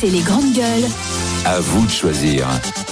RMC les grandes gueules. À vous de choisir.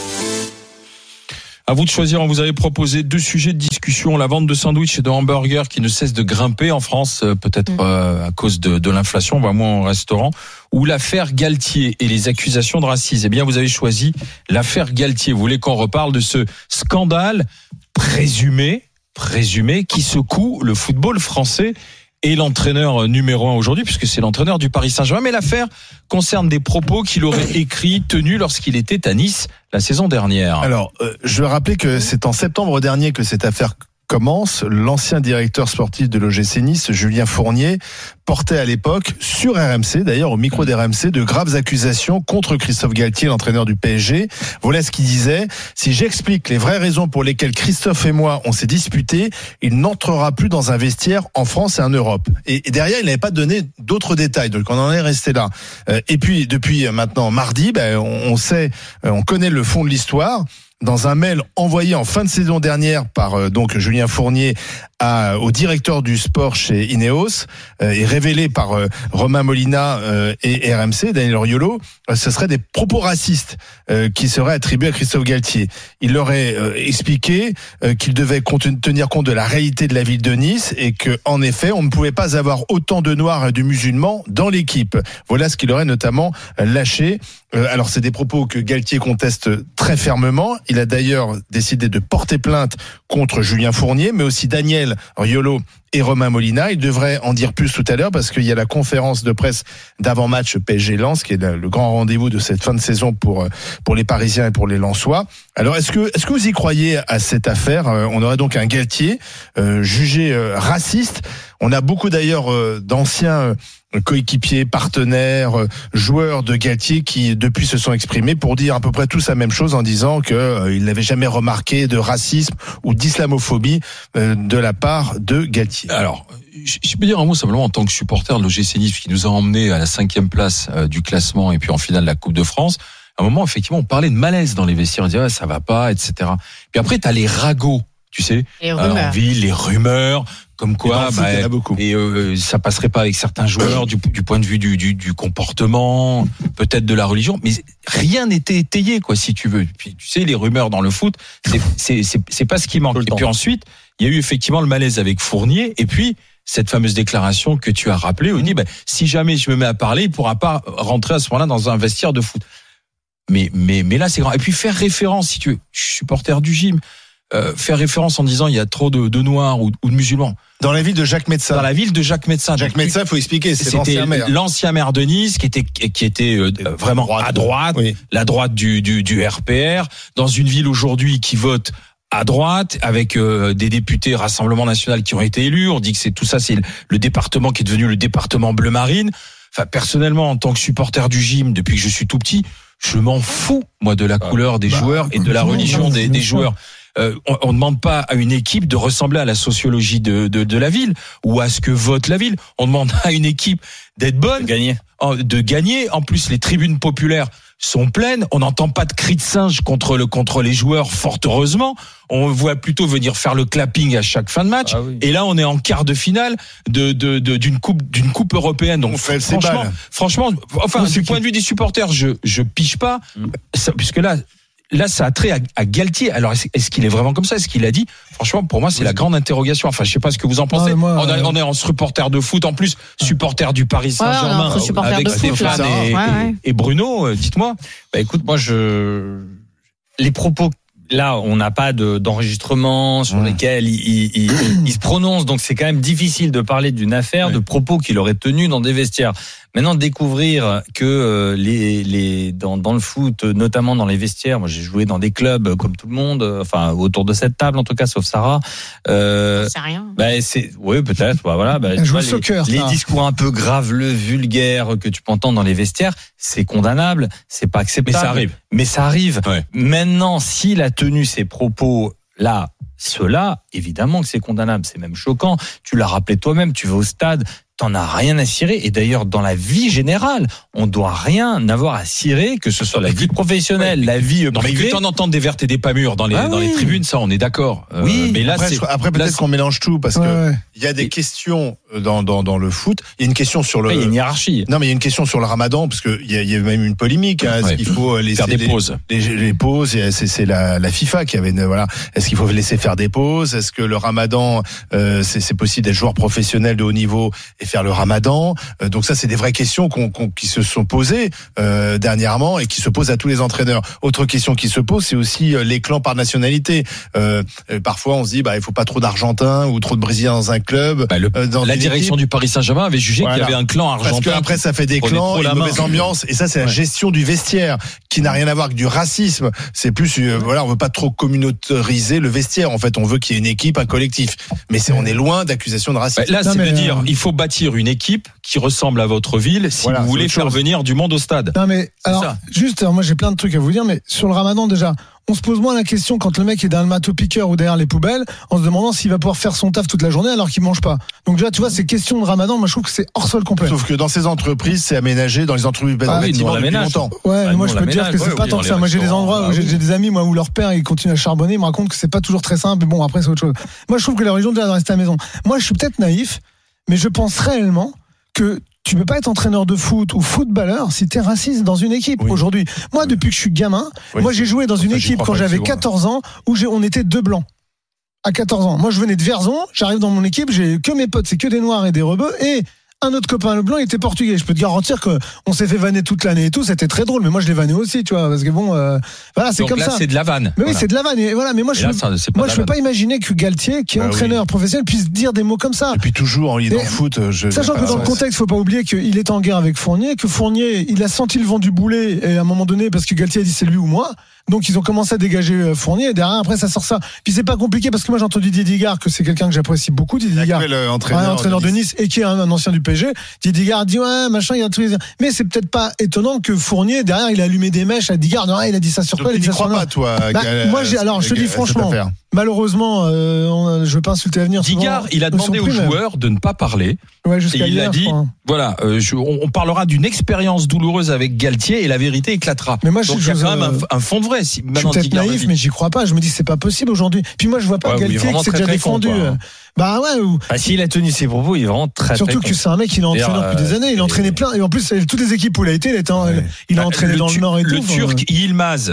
À vous de choisir, on vous avait proposé 2 sujets de discussion. La vente de sandwichs et de hamburgers qui ne cesse de grimper en France, peut-être à cause de l'inflation, on va moins au restaurant. Ou l'affaire Galtier et les accusations de racisme. Eh bien, vous avez choisi l'affaire Galtier. Vous voulez qu'on reparle de ce scandale présumé qui secoue le football français et l'entraîneur numéro 1 aujourd'hui, puisque c'est l'entraîneur du Paris Saint-Germain. Mais l'affaire concerne des propos qu'il aurait tenus lorsqu'il était à Nice la saison dernière. Alors, je veux rappeler que c'est en septembre dernier que cette affaire commence. L'ancien directeur sportif de l'OGC Nice, Julien Fournier, portait à l'époque, sur RMC, d'ailleurs au micro d'RMC, de graves accusations contre Christophe Galtier, l'entraîneur du PSG. Voilà ce qu'il disait: si j'explique les vraies raisons pour lesquelles Christophe et moi on s'est disputés, il n'entrera plus dans un vestiaire en France et en Europe. Et derrière, il n'avait pas donné d'autres détails, donc on en est resté là. Et puis, depuis maintenant mardi, on connaît le fond de l'histoire. Dans un mail envoyé en fin de saison dernière par donc Julien Fournier au directeur du sport chez Ineos et révélé par Romain Molina et RMC, Daniel Riolo, ce seraient des propos racistes qui seraient attribués à Christophe Galtier. Il leur aurait expliqué qu'il devait tenir compte de la réalité de la ville de Nice et que, en effet, on ne pouvait pas avoir autant de Noirs et de musulmans dans l'équipe. Voilà ce qu'il aurait notamment lâché. Alors, c'est des propos que Galtier conteste très fermement. Il a d'ailleurs décidé de porter plainte contre Julien Fournier, mais aussi Daniel Riolo et Romain Molina. Il devrait en dire plus tout à l'heure parce qu'il y a la conférence de presse d'avant-match PSG Lens qui est le grand rendez-vous de cette fin de saison pour les Parisiens et pour les Lensois. Alors, est-ce que vous y croyez à cette affaire? On aurait donc un Galtier jugé raciste. On a beaucoup d'ailleurs d'anciens coéquipiers, partenaires, joueurs de Galtier qui depuis se sont exprimés pour dire à peu près tous la même chose en disant qu'ils n'avaient jamais remarqué de racisme ou d'islamophobie de la part de Galtier. Alors, je peux dire un mot simplement en tant que supporter de l'OGC Nice qui nous a emmenés à la 5e place du classement et puis en finale de la Coupe de France. À un moment, effectivement, on parlait de malaise dans les vestiaires, on disait ça va pas, etc. Puis après, t'as les ragots, tu sais, en ville, les rumeurs. Comme quoi, il y en a beaucoup. Ça passerait pas avec certains joueurs du point de vue du comportement, peut-être de la religion, mais rien n'était étayé, quoi, si tu veux. Puis tu sais, les rumeurs dans le foot, c'est pas ce qui manque. Et puis ensuite, il y a eu effectivement le malaise avec Fournier, et puis cette fameuse déclaration que tu as rappelée, où il dit si jamais je me mets à parler, il pourra pas rentrer à ce moment-là dans un vestiaire de foot. Mais là, c'est grand. Et puis faire référence, si tu veux, je suis supporter du gym. Faire référence en disant il y a trop de noirs ou de musulmans. Dans la ville de Jacques Médecin. Dans la ville de Jacques Médecin. Jacques Médecin, faut expliquer, c'était l'ancien maire de Nice qui était vraiment à droite, oui. La droite du RPR, dans une ville aujourd'hui qui vote à droite, avec des députés Rassemblement National qui ont été élus. On dit que c'est le département qui est devenu le département bleu marine. Enfin, personnellement, en tant que supporter du gym, depuis que je suis tout petit, je m'en fous, moi, de la couleur des joueurs et de la religion des joueurs. On ne demande pas à une équipe de ressembler à la sociologie de la ville ou à ce que vote la ville. On demande à une équipe d'être bonne, de gagner. En plus, les tribunes populaires sont pleines. On n'entend pas de cris de singe contre les joueurs, fort heureusement. On voit plutôt venir faire le clapping à chaque fin de match. Ah oui. Et là, on est en quart de finale d'une coupe européenne. Donc, franchement, enfin, du point de vue des supporters, je piche pas, puisque là, ça a trait à Galtier. Alors, est-ce qu'il est vraiment comme ça? Est-ce qu'il a dit? Franchement, pour moi, c'est la grande interrogation. Enfin, je sais pas ce que vous en pensez. On est en supporter de foot, en plus, supporter du Paris Saint-Germain, avec Stéphane et Bruno. Dites-moi. Écoute, moi, les propos, là, on n'a pas d'enregistrement sur lesquels il se prononce. Donc, c'est quand même difficile de parler d'une affaire, de propos qu'il aurait tenus dans des vestiaires. Maintenant, découvrir que dans le foot, notamment dans les vestiaires, moi j'ai joué dans des clubs comme tout le monde, enfin autour de cette table en tout cas, sauf Sarah. C'est rien. Oui, peut-être. Voilà. Les discours un peu graveleux, vulgaires que tu peux entendre dans les vestiaires, c'est condamnable, c'est pas acceptable. Mais ça arrive. Ouais. Maintenant, s'il a tenu ces propos là, cela, évidemment que c'est condamnable, c'est même choquant. Tu l'as rappelé toi-même, tu vas au stade. T'en as rien à cirer. Et d'ailleurs, dans la vie générale, on doit rien avoir à cirer, que ce soit la vie professionnelle, la vie privée. Mais que t'en entends des vertes et des pas mûres dans les tribunes, ça, on est d'accord. Oui. Mais là, après peut-être qu'on mélange tout parce que il y a des questions dans le foot. Il y a une question sur le. Il y a une hiérarchie. Non, mais il y a une question sur le Ramadan parce que il y a même une polémique. Est-ce qu'il faut laisser faire des pauses? Les pauses. C'est la FIFA qui avait voilà. Est-ce qu'il faut laisser faire des pauses? Est-ce que le Ramadan, c'est possible d'être joueur professionnel de haut niveau et faire le Ramadan? Donc ça, c'est des vraies questions qui se sont posées dernièrement et qui se posent à tous les entraîneurs. Autre question qui se pose, c'est aussi les clans par nationalité. Parfois, on se dit, il faut pas trop d'Argentins ou trop de Brésiliens dans un club. La direction du Paris Saint-Germain avait jugé qu'il y avait un clan argentin. Parce qu'après, ça fait des clans, une mauvaise ambiance. Et ça, c'est la gestion du vestiaire qui n'a rien à voir avec du racisme. C'est plus, on veut pas trop communautariser le vestiaire. En fait, on veut qu'il y ait une équipe, un collectif. Mais on est loin d'accusations de racisme. Là, c'est de dire, il faut bâtir une équipe qui ressemble à votre ville si vous voulez faire venir du monde au stade. Non, mais alors, moi, j'ai plein de trucs à vous dire, mais sur le Ramadan, déjà, on se pose moins la question quand le mec est derrière le matos-piqueur ou derrière les poubelles, en se demandant s'il va pouvoir faire son taf toute la journée alors qu'il mange pas. Donc déjà, tu vois, ces questions de Ramadan, moi je trouve que c'est hors sol complet. Sauf que dans ces entreprises, c'est aménagé dans les entreprises bâtiments depuis longtemps. Ouais, mais moi je peux te dire que c'est pas tant que ça. Moi j'ai des endroits où j'ai des amis où leur père il continue à charbonner, il me raconte que c'est pas toujours très simple. Mais bon, après c'est autre chose. Moi je trouve que la religion doit rester à la maison. Moi je suis peut-être naïf, mais je pense réellement que tu peux pas être entraîneur de foot ou footballeur si t'es raciste dans une équipe aujourd'hui. Moi, depuis que je suis gamin, moi j'ai joué dans une équipe quand j'avais 14 ans où on était 2 blancs. À 14 ans. Moi, je venais de Vierzon, j'arrive dans mon équipe, j'ai que mes potes, c'est que des noirs et des rebeux et un autre copain, le blanc, il était portugais. Je peux te garantir qu'on s'est fait vanner toute l'année et tout. C'était très drôle, mais moi, je l'ai vanné aussi, tu vois, parce que bon, voilà, c'est donc comme là, ça. C'est de la vanne. Mais oui, c'est de la vanne. Et voilà, mais moi, je peux pas imaginer que Galtier, qui est entraîneur professionnel, puisse dire des mots comme ça. Depuis toujours, il est dans le foot. Sachant que dans le contexte, faut pas oublier qu'il est en guerre avec Fournier, que Fournier, il a senti le vent du boulet, et à un moment donné, parce que Galtier a dit c'est lui ou moi. Donc ils ont commencé à dégager Fournier et derrière après ça sort ça. Puis c'est pas compliqué parce que moi j'ai entendu Didier Digard, que c'est quelqu'un que j'apprécie beaucoup, Didier Digard, entraîneur de Nice et qui est un ancien du PSG. Didier Digard dit machin, il y a tout. Mais c'est peut-être pas étonant que Fournier derrière il a allumé des mèches à Digard. Non, il a dit ça sur toi, il a dit ça sur moi. Toi, moi je te dis franchement, malheureusement, je veux pas insulter l'avenir. Digard, il a demandé aux joueurs de ne pas parler. Ouais, et il a dit, voilà, on parlera d'une expérience douloureuse avec Galtier et la vérité éclatera. Mais moi, donc il y a quand même un fond de vrai. Je suis peut-être naïf, mais j'y crois pas. Je me dis c'est pas possible aujourd'hui. Puis moi, je vois pas Galtier qui s'est déjà défendu. S'il a tenu ses propos, il est vraiment très surtout que c'est un mec qui est entraîneur depuis des années. Il a entraîné plein et en plus toutes les équipes où il a été, il a entraîné dans le Nord et tout. Le Turc Yilmaz,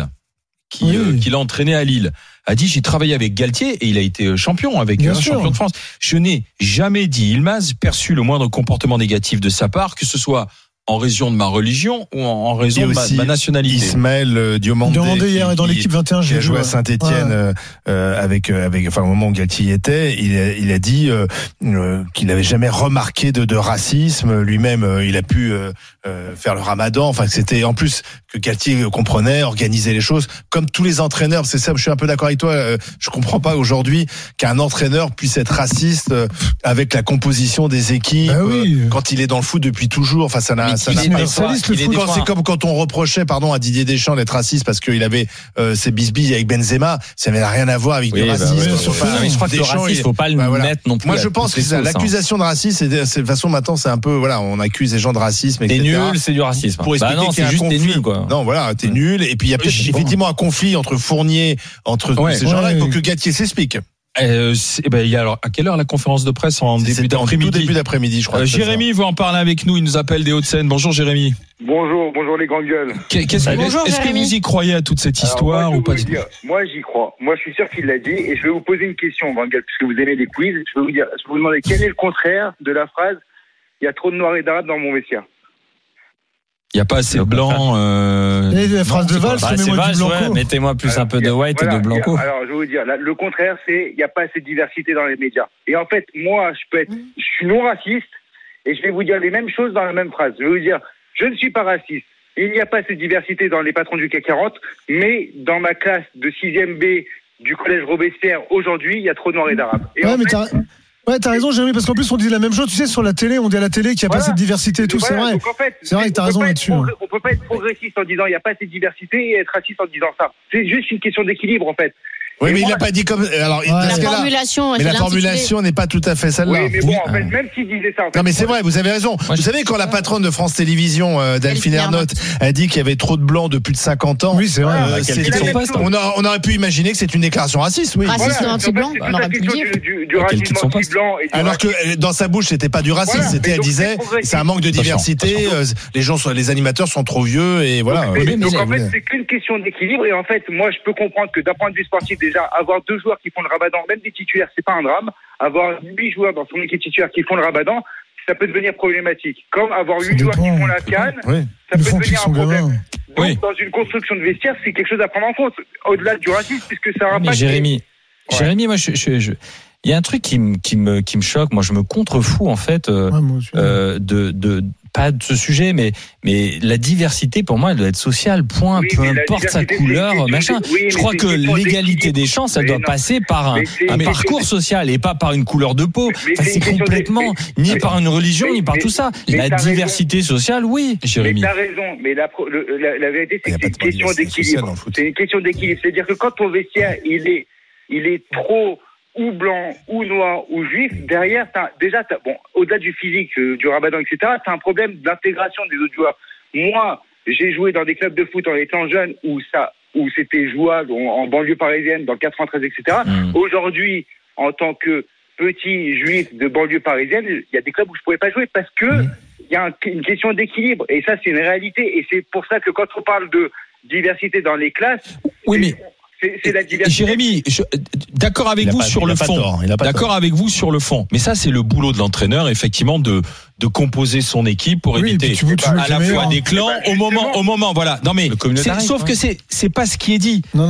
qui l'a entraîné à Lille, a dit j'ai travaillé avec Galtier et il a été champion avec champion de France. Je n'ai jamais dit Yilmaz perçu le moindre comportement négatif de sa part, que ce soit en raison de ma religion ou en raison de ma nationalité. Ismaël Diomandé hier dans l'équipe 21, qui a joué à Saint-Étienne avec au moment où Galtier y était, il a dit qu'il n'avait jamais remarqué de racisme. Lui-même, il a pu faire le Ramadan. Enfin, c'était en plus que Galtier comprenait, organisait les choses comme tous les entraîneurs. C'est ça, je suis un peu d'accord avec toi. Je comprends pas aujourd'hui qu'un entraîneur puisse être raciste avec la composition des équipes quand il est dans le foot depuis toujours. Enfin, ça n'a c'est comme quand on reprochait à Didier Deschamps d'être raciste parce qu'il avait ses bisbilles avec Benzema, ça n'avait rien à voir avec le racisme. Je crois que le racisme, il faut pas le mettre non plus. Moi, je pense que l'accusation de racisme, c'est de toute façon maintenant, c'est un peu on accuse les gens de racisme, etc. T'es nul, c'est du racisme. Pour expliquer qu'il y a un conflit. T'es nul, quoi. Non, voilà, t'es nul. Et puis il y a peut-être effectivement un conflit entre Fournier, entre tous ces gens-là. Il faut que Galtier s'explique. Il y a alors à quelle heure la conférence de presse en début d'après-midi? Début d'après-midi, je crois. Jérémy veut en parler avec nous. Il nous appelle des Hauts-de-Seine. Bonjour Jérémy. Bonjour les grandes gueules. Est-ce que vous y croyez à toute cette histoire ou pas du tout? Moi j'y crois. Moi je suis sûr qu'il l'a dit et je vais vous poser une question, grande gueule, puisque vous aimez les quiz. Je vais vous demander quel est le contraire de la phrase il y a trop de noirs et d'arabes dans mon vestiaire. Il n'y a pas assez de blanc. La phrase de Valls, mettez-moi plus un peu de white et de blanco. Alors, je vais vous dire, le contraire, c'est il n'y a pas assez de diversité dans les médias. Et en fait, moi, je suis non raciste et je vais vous dire les mêmes choses dans la même phrase. Je vais vous dire, je ne suis pas raciste. Il n'y a pas assez de diversité dans les patrons du CAC 40, mais dans ma classe de 6e B du collège Robespierre, aujourd'hui, il y a trop de noirs et d'arabes. Ouais, t'as raison, Jérémy, parce qu'en plus, on dit la même chose. Tu sais, sur la télé, on dit à la télé qu'il n'y a pas assez de diversité et tout, c'est vrai. Donc en fait, c'est vrai que t'as raison là-dessus. On peut pas être progressiste en disant il n'y a pas assez de diversité et être raciste en disant ça. C'est juste une question d'équilibre, en fait. Oui, mais il n'a pas dit comme. Alors, mais la formulation n'est pas tout à fait celle-là. Oui, mais bon, en fait, même s'il disait ça. Non, mais c'est vrai, vous avez raison. Vous savez, quand la patronne de France Télévisions, Delphine Ernotte, a dit qu'il y avait trop de blancs de plus de 50 ans. Oui, c'est vrai. On aurait pu imaginer que c'est une déclaration raciste, oui. Raciste anti-blanc, on aurait pu le dire. Du racisme anti-blanc. Alors que dans sa bouche, c'était pas du racisme, c'était, elle disait, c'est un manque de diversité, les animateurs sont trop vieux, et voilà. Donc, en fait, c'est qu'une question d'équilibre, et en fait, moi, je peux comprendre que d'un point de vue sportif, déjà, avoir 2 joueurs qui font le Ramadan, même des titulaires, c'est pas un drame. Avoir 8 joueurs dans son équipe titulaire qui font le Ramadan, ça peut devenir problématique. Comme avoir 8 joueurs qui font la CAN, ça peut devenir un problème. Donc, dans une construction de vestiaire, c'est quelque chose à prendre en compte, au-delà du racisme, puisque ça impacte. Jérémy, moi, il y a un truc qui me choque. Moi, je me contrefous en fait pas de ce sujet, mais la diversité pour moi, elle doit être sociale. Point. Peu importe sa couleur, machin. Je crois que l'égalité des chances, elle doit passer par un parcours social et pas par une couleur de peau. C'est complètement ni par une religion ni par tout ça. La diversité sociale, oui. Jérémy. Mais t'as raison. Mais la vérité, c'est que c'est une question d'équilibre. C'est une question d'équilibre. C'est-à-dire que quand ton vestiaire, il est trop ou blanc, ou noir, ou juif, derrière, au-delà du physique, du Ramadan, etc., t'as un problème d'intégration des autres joueurs. Moi, j'ai joué dans des clubs de foot en étant jeune où c'était jouable en banlieue parisienne, dans le 93, etc. Aujourd'hui, en tant que petit juif de banlieue parisienne, il y a des clubs où je pouvais pas jouer parce que il y a une question d'équilibre. Et ça, c'est une réalité. Et c'est pour ça que quand on parle de diversité dans les classes, c'est la diversité. Jérémy, d'accord avec vous sur le fond. D'accord avec vous sur le fond. Mais ça, c'est le boulot de l'entraîneur, effectivement, de composer son équipe pour éviter à la fois des clans au moment, voilà. Non mais, sauf que c'est pas ce qui est dit. Non.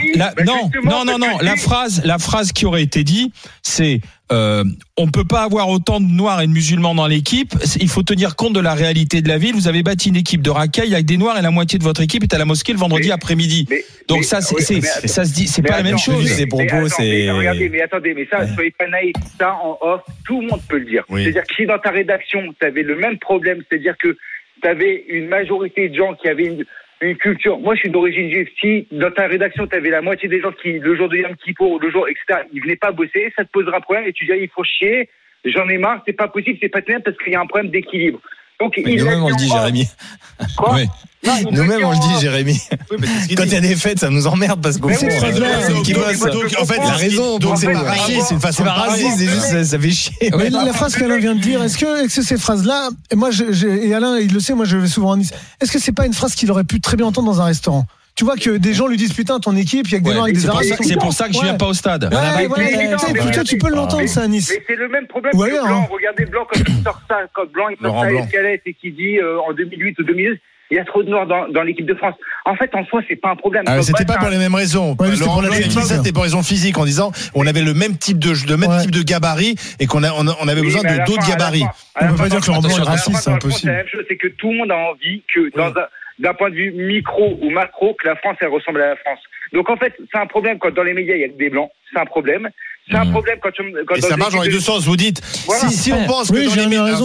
La phrase qui aurait été dit, c'est on peut pas avoir autant de noirs et de musulmans dans l'équipe. Il faut tenir compte de la réalité de la ville. Vous avez bâti une équipe de racailles avec des noirs et la moitié de votre équipe est à la mosquée le vendredi après-midi. Donc ça se dit, c'est pas la même chose. Ces propos, c'est. Regardez, mais attendez, mais ça, soyez pas naïfs. Ça, en off, tout le monde peut le dire. C'est-à-dire que si dans ta rédaction, t'avais le même problème, c'est-à-dire que t'avais une majorité de gens qui avaient une culture. Moi, je suis d'origine juive. Si dans ta rédaction, tu avais la moitié des gens qui, le jour de Yom Kippour, le jour, etc., ils venaient pas bosser, ça te posera problème et tu dirais, il faut chier, j'en ai marre, c'est pas possible, c'est pas tenable parce qu'il y a un problème d'équilibre. Donc, nous-mêmes, on le dit, Jérémy. Quoi? Nous-mêmes, on le dit, Jérémy. Quand il y a des fêtes, ça nous emmerde parce qu'on fait qui bosse. Donc, en fait, la raison, donc c'est pas raciste, c'est une façon raciste, c'est juste, ça fait chier. Mais la phrase qu'Alain vient de dire, est-ce que ces phrases-là, et moi, et Alain, il le sait, moi, je vais souvent en Nice, est-ce que c'est pas une phrase qu'il aurait pu très bien entendre dans un restaurant? Tu vois que des gens lui disent putain ton équipe il y a que des noirs avec des arabes. C'est pour ça que je viens pas au stade. Plutôt tu peux l'entendre ça à Nice. Mais c'est le même problème que Blanc. Regardez Blanc quand il sort ça, quand Blanc il sort ça à Escalette et qui dit en 2008 ou 2010 il y a trop de noirs dans l'équipe de France. En fait, en soi, c'est pas un problème. C'était pas pour les mêmes raisons. C'était pour raisons physiques, en disant on avait le même type de gabarit et qu'on avait besoin de d'autres gabarits. On peut pas dire que Laurent Blanc est raciste, c'est impossible. La même chose, c'est que tout le monde a envie que d'un point de vue micro ou macro, que la France, elle ressemble à la France. Donc, en fait, c'est un problème quand dans les médias, il y a des blancs. C'est un problème. C'est un problème quand et ça marche dans les deux sens. Vous dites, si on pense que dans les médias,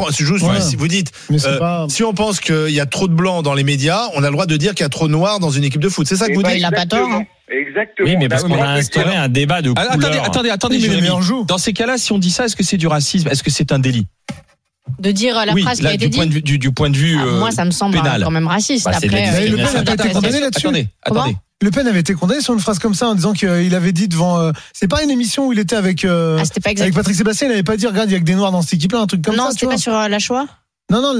si vous dites, si on pense qu'il y a trop de blancs dans les médias, on a le droit de dire qu'il y a trop de noirs dans une équipe de foot. C'est ça que vous dites? Il a pas tort. Exactement. Oui, mais parce qu'on a instauré un débat de couleurs. Attendez, Jérémy. Dans ces cas-là, si on dit ça, est-ce que c'est du racisme? Est-ce que c'est un délit? De dire la phrase qui a été dite. Du point de vue moi, ça me semble quand même raciste. Après, Le Pen n'a pas été condamné là-dessus. Attendez. Le Pen avait été condamné sur une phrase comme ça en disant qu'il avait dit devant. C'est pas une émission où il était avec Patrick Sébastien. Il avait pas dit regarde il y a que des noirs dans cette équipe-là, un truc comme ça. Non, c'était pas sur la Shoah. Non,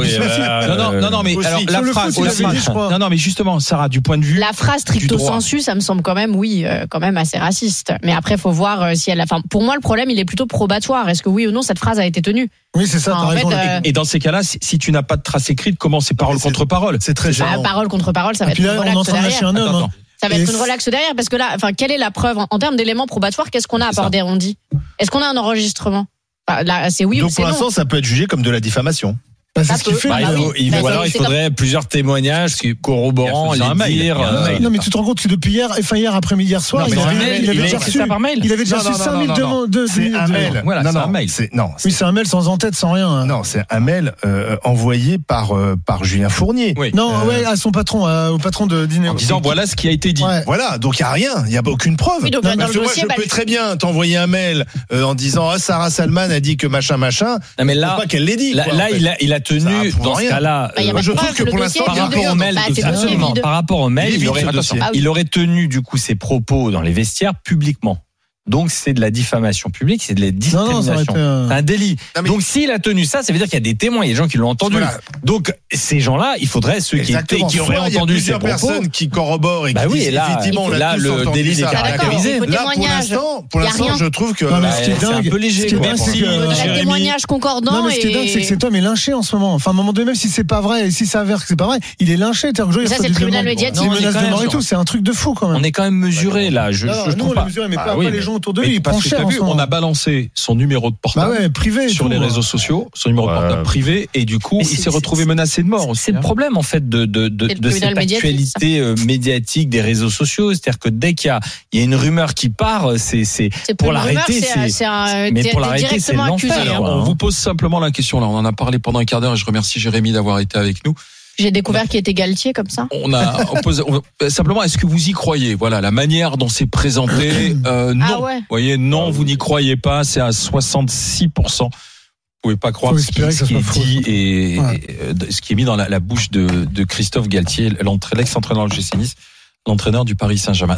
mais alors la phrase aussi. Non, mais justement, Sarah, du point de vue. La phrase stricto sensu, ça me semble quand même, quand même assez raciste. Mais après, faut voir si elle a. Enfin, pour moi, le problème, il est plutôt probatoire. Est-ce que oui ou non cette phrase a été tenue? Oui, c'est ça. T'as raison. Et dans ces cas-là, si tu n'as pas de trace écrite, comment c'est parole contre parole? C'est très gênant. Parole contre parole, ça va être une relaxe derrière. Ça va être une relaxe derrière parce que là, quelle est la preuve en termes d'éléments probatoires? Qu'est-ce qu'on a abordé? On dit. Est-ce qu'on a un enregistrement? Là, c'est oui ou c'est non. Donc pour l'instant, ça peut être jugé comme de la diffamation. C'est ce qu'il fait. Ou alors il faudrait plusieurs témoignages corroborants, les dire. Non, mais tu te rends compte que depuis hier après-midi, hier soir, il avait déjà reçu ça par mail. Il avait déjà reçu 5000 demandes de. C'est un mail. Voilà, c'est un mail. Oui, c'est un mail sans en-tête, sans rien. Non, c'est un mail envoyé par Julien Fournier. Non, à son patron, au patron de Dîner. En disant voilà ce qui a été dit. Voilà, donc il y a rien, il y a aucune preuve. Donc, moi, je peux très bien t'envoyer un mail en disant Sarah Salman a dit que machin. Non, mais là, pas qu'elle l'ait dit. Là, il a tenu dans ce cas-là. Je trouve que pour l'instant, par rapport au mail, par rapport au mail, il aurait tenu du coup ses propos dans les vestiaires publiquement. Donc c'est de la diffamation publique, c'est de la discrimination. C'est un délit. Donc s'il a tenu ça, ça veut dire qu'il y a des témoins, il y a des gens qui l'ont entendu. Voilà. Donc ces gens-là, il faudrait ceux qui auraient entendu ces propos. Il y a plusieurs personnes qui corroborent et qui disent effectivement là le délit est caractérisé. Là pour l'instant, je trouve que c'est un peu léger. Merci. Un témoignage concordant. Non, mais ce qui est dingue, c'est que cet homme est lynché en ce moment. Enfin, à un moment donné, même si c'est pas vrai et si ça s'avère que c'est pas vrai, il est lynché. Ça c'est le tribunal médiatique. Il menace de mort et tout. C'est un truc de fou quand même. On est quand même mesuré là. Je trouve pas. Mais pas les gens autour de lui. Il prend cher. On a balancé son numéro de portable privé sur les réseaux sociaux, son numéro de portable privé, et du coup, il s'est retrouvé menacé de mort. C'est le problème en fait de cette actualité médiatique des réseaux sociaux, c'est-à-dire que dès qu'il y a une rumeur qui part, c'est pour l'arrêter, mais pour l'arrêter, c'est l'enfer. On vous pose simplement la question là. On en a parlé pendant un quart d'heure et je remercie Jérémy d'avoir été avec nous. J'ai découvert qu'il était Galtier comme ça. Simplement, est-ce que vous y croyez? Voilà, la manière dont c'est présenté. Non. Vous voyez, non, vous n'y croyez pas. C'est à 66%. Vous pouvez pas croire ce qui est dit et ce qui est mis dans la bouche de Christophe Galtier, l'ex-entraîneur de l'OGC Nice, l'entraîneur du Paris Saint-Germain.